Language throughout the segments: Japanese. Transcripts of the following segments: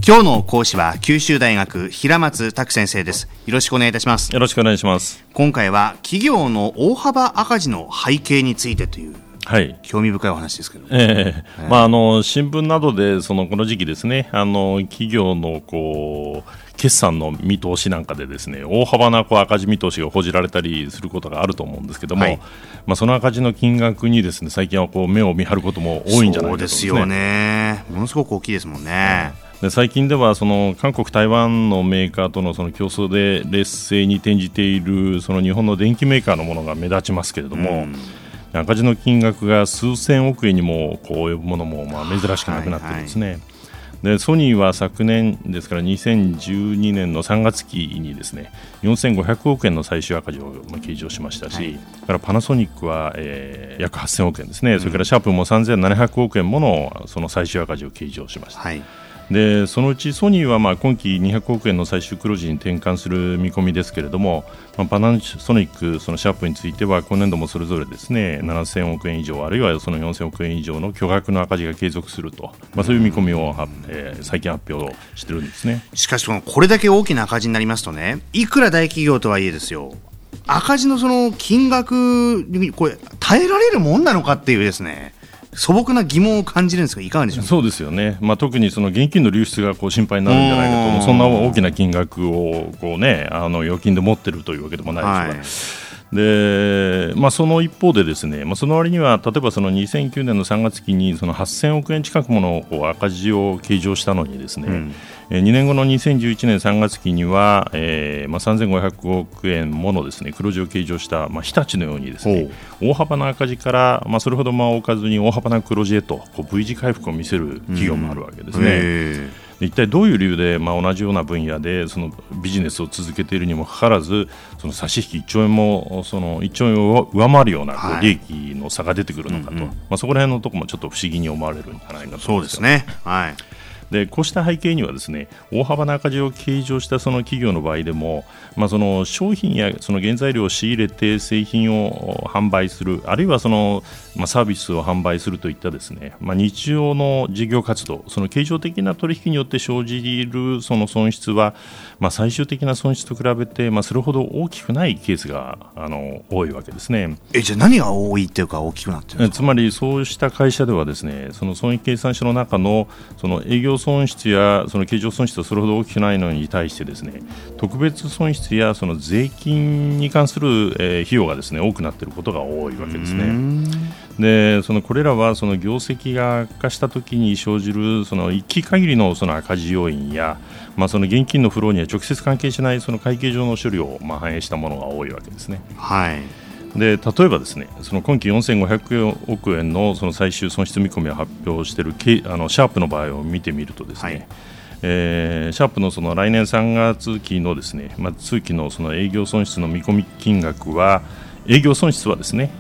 今日の講師は九州大学平松卓先生です。よろしくお願いいたします。 よろしくお願いします。 今回は企業の大幅赤字の背景についてという、興味深いお話ですけど、 新聞などでこの時期ですね、企業の決算の見通しなんかでですね、大幅な赤字見通しが報じられたりすることがあると思うんですけども、その赤字の金額にですね、最近は目を見張ることも多いんじゃないかと思うんですね。 そうですよね。ものすごく大きいですもんね。 で最近では韓国、台湾のメーカーとの競争で劣勢に転じている日本の電機メーカーのものが目立ちますけれども、赤字の金額が数千億円にも及ぶものも珍しくなくなっているんですね。でソニーは昨年ですから2012年の3月期にですね4500億円の最終赤字を計上しましたし、からパナソニックは、約8000億円ですね、それからシャープも3700億円ものその最終赤字を計上しました。でそのうちソニーは今期200億円の最終黒字に転換する見込みですけれども、パナソニック、シャープについては今年度もそれぞれですね7000億円以上あるいは4000億円以上の巨額の赤字が継続すると、そういう見込みを最近発表してるんですね。 しかしこれだけ大きな赤字になりますとね、いくら大企業とはいえですよ、赤字の金額に耐えられるもんなのかっていうですね、素朴な疑問を感じるんですが、いかがでしょうか。 そうですよね、特に現金の流出が心配になるんじゃないかと、そんな大きな金額を預金で持っているというわけでもないですから、でその一方でですね、その割には例えば2009年の3月期に8000億円近くもの赤字を計上したのにですね、2年後の2011年3月期には、3500億円ものですね黒字を計上した、日立のようにですね大幅な赤字から、それほど多かずに大幅な黒字へとV 字回復を見せる企業もあるわけですね。一体どういう理由で、同じような分野でビジネスを続けているにもかかわらず差し引き1兆円も1兆円を上回るような利益の差が出てくるのかと、そこら辺のところもちょっと不思議に思われるんじゃないかと思います。 そうですね。 でこうした背景にはですね、大幅な赤字を計上した企業の場合でも、商品や原材料を仕入れて製品を販売する、あるいはサービスを販売するといったですね、日常の事業活動、経常的な取引によって生じる損失は、最終的な損失と比べて、それほど大きくないケースが多いわけですね。 じゃあ何が多いというか大きくなっているんですか。 つまりそうした会社ではですね、損益計算書の中の営業損失や経常損失はそれほど大きくないのに対してですね、特別損失や税金に関する費用がですね多くなっていることが多いわけですね。でこれらは業績が悪化したときに生じる一期限りの赤字要因や、現金のフローには直接関係しない会計上の処理を反映したものが多いわけですね。で例えばですね、今期4500億円の最終損失見込みを発表しているシャープの場合を見てみるとですね、シャープの来年3月期のですね、通期の営業損失の見込み金額は、営業損失はですね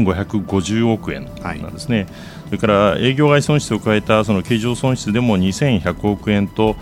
1550億円なんですね。それから営業外損失を加えた経常損失でも2100億円と、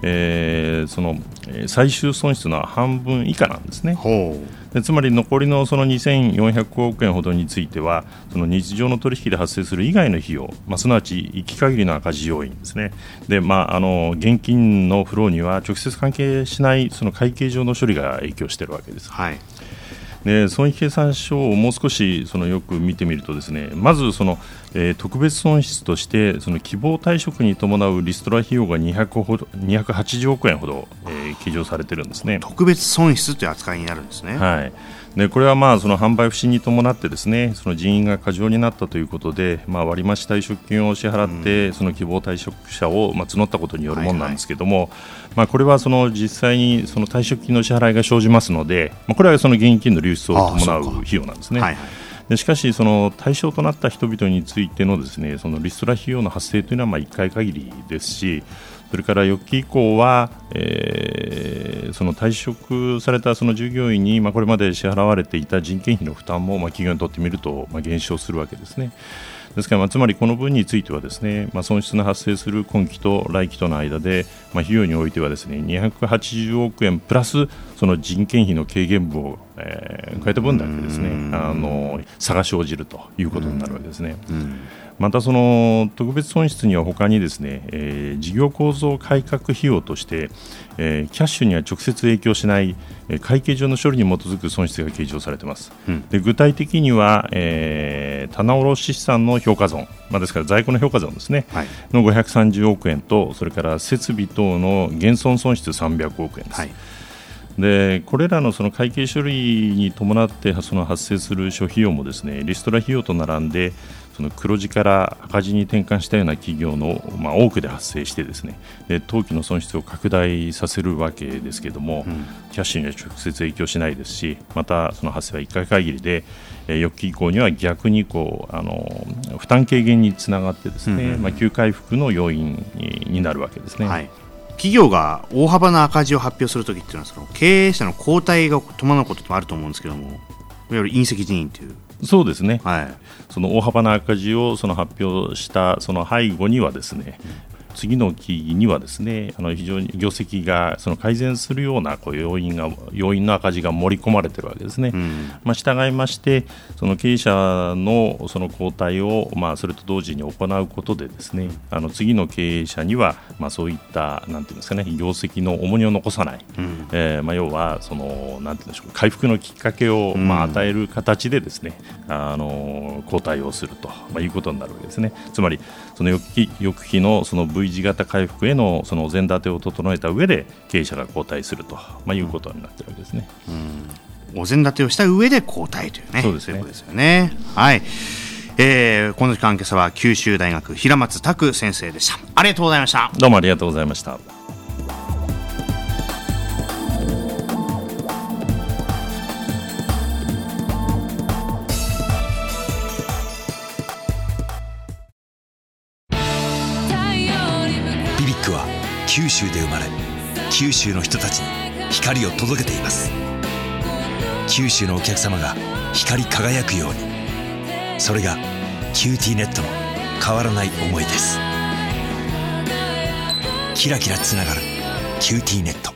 最終損失の半分以下なんですね。でつまり残りの2400億円ほどについては日常の取引で発生する以外の費用、すなわち一期限りの赤字要因ですね。で、現金のフローには直接関係しない会計上の処理が影響しているわけです。で損益計算書をもう少しよく見てみるとですね、まず特別損失として希望退職に伴うリストラ費用が280億円ほど、計上されているんですね。 特別損失という扱いになるんですね。 でこれは販売不振に伴ってですね人員が過剰になったということで、割増退職金を支払って希望退職者を募ったことによるものなんですけれども、これは実際に退職金の支払いが生じますので、これは現金の流出を伴う費用なんですね。でしかし対象となった人々についてのですねリストラ費用の発生というのは1回限りですし、それから翌期以降は、退職された従業員に、これまで支払われていた人件費の負担も、企業にとってみると、減少するわけですね。ですから、つまりこの分についてはですね、損失の発生する今期と来期との間で、費用においてはですね280億円プラス人件費の軽減分を、加えた分だけですね差が生じるということになるわけですね。 またその特別損失には他にですね、事業構造改革費用として、キャッシュには直接影響しない会計上の処理に基づく損失が計上されています、で具体的には、棚卸資産の評価損、ですから在庫の評価損ですね、の530億円と、それから設備等の減損損失300億円です、でこれらのその会計処理に伴ってその発生する諸費用もですね、リストラ費用と並んでその黒字から赤字に転換したような企業の、多くで発生してですね、で当期の損失を拡大させるわけですけれども、キャッシュには直接影響しないですし、またその発生は1回限りで、翌期以降には逆に負担軽減につながってですね、急回復の要因になるわけですね。 企業が大幅な赤字を発表するときっていうのは、その経営者の交代が伴うこともあると思うんですけども、いわゆる隕石辞任という。 そうですね、その大幅な赤字をその発表したその背後にはですね、次の期にはですね、非常に業績がその改善するような要因の赤字が盛り込まれているわけですね。従いましてその経営者のその交代を、それと同時に行うことでですね、次の経営者には、そういったなんていうんですかね、業績の重荷を残さない、要はそのなんていうんでしょう、回復のきっかけを、与える形でですね、交代をすると、いうことになるわけですね。つまりその翌期のその V 字型回復へのそのお膳立てを整えた上で経営者が交代すると、いうことになっているわけですね。 お膳立てをした上で交代というね、そういうことですよね。この時間今朝は九州大学平松卓先生でした。ありがとうございました。 どうもありがとうございました。 ビビックは九州で生まれ、九州の人たちに光を届けています。九州のお客様が光り輝くように、それがキューティーネットの変わらない思いです。キラキラつながるキューティーネット。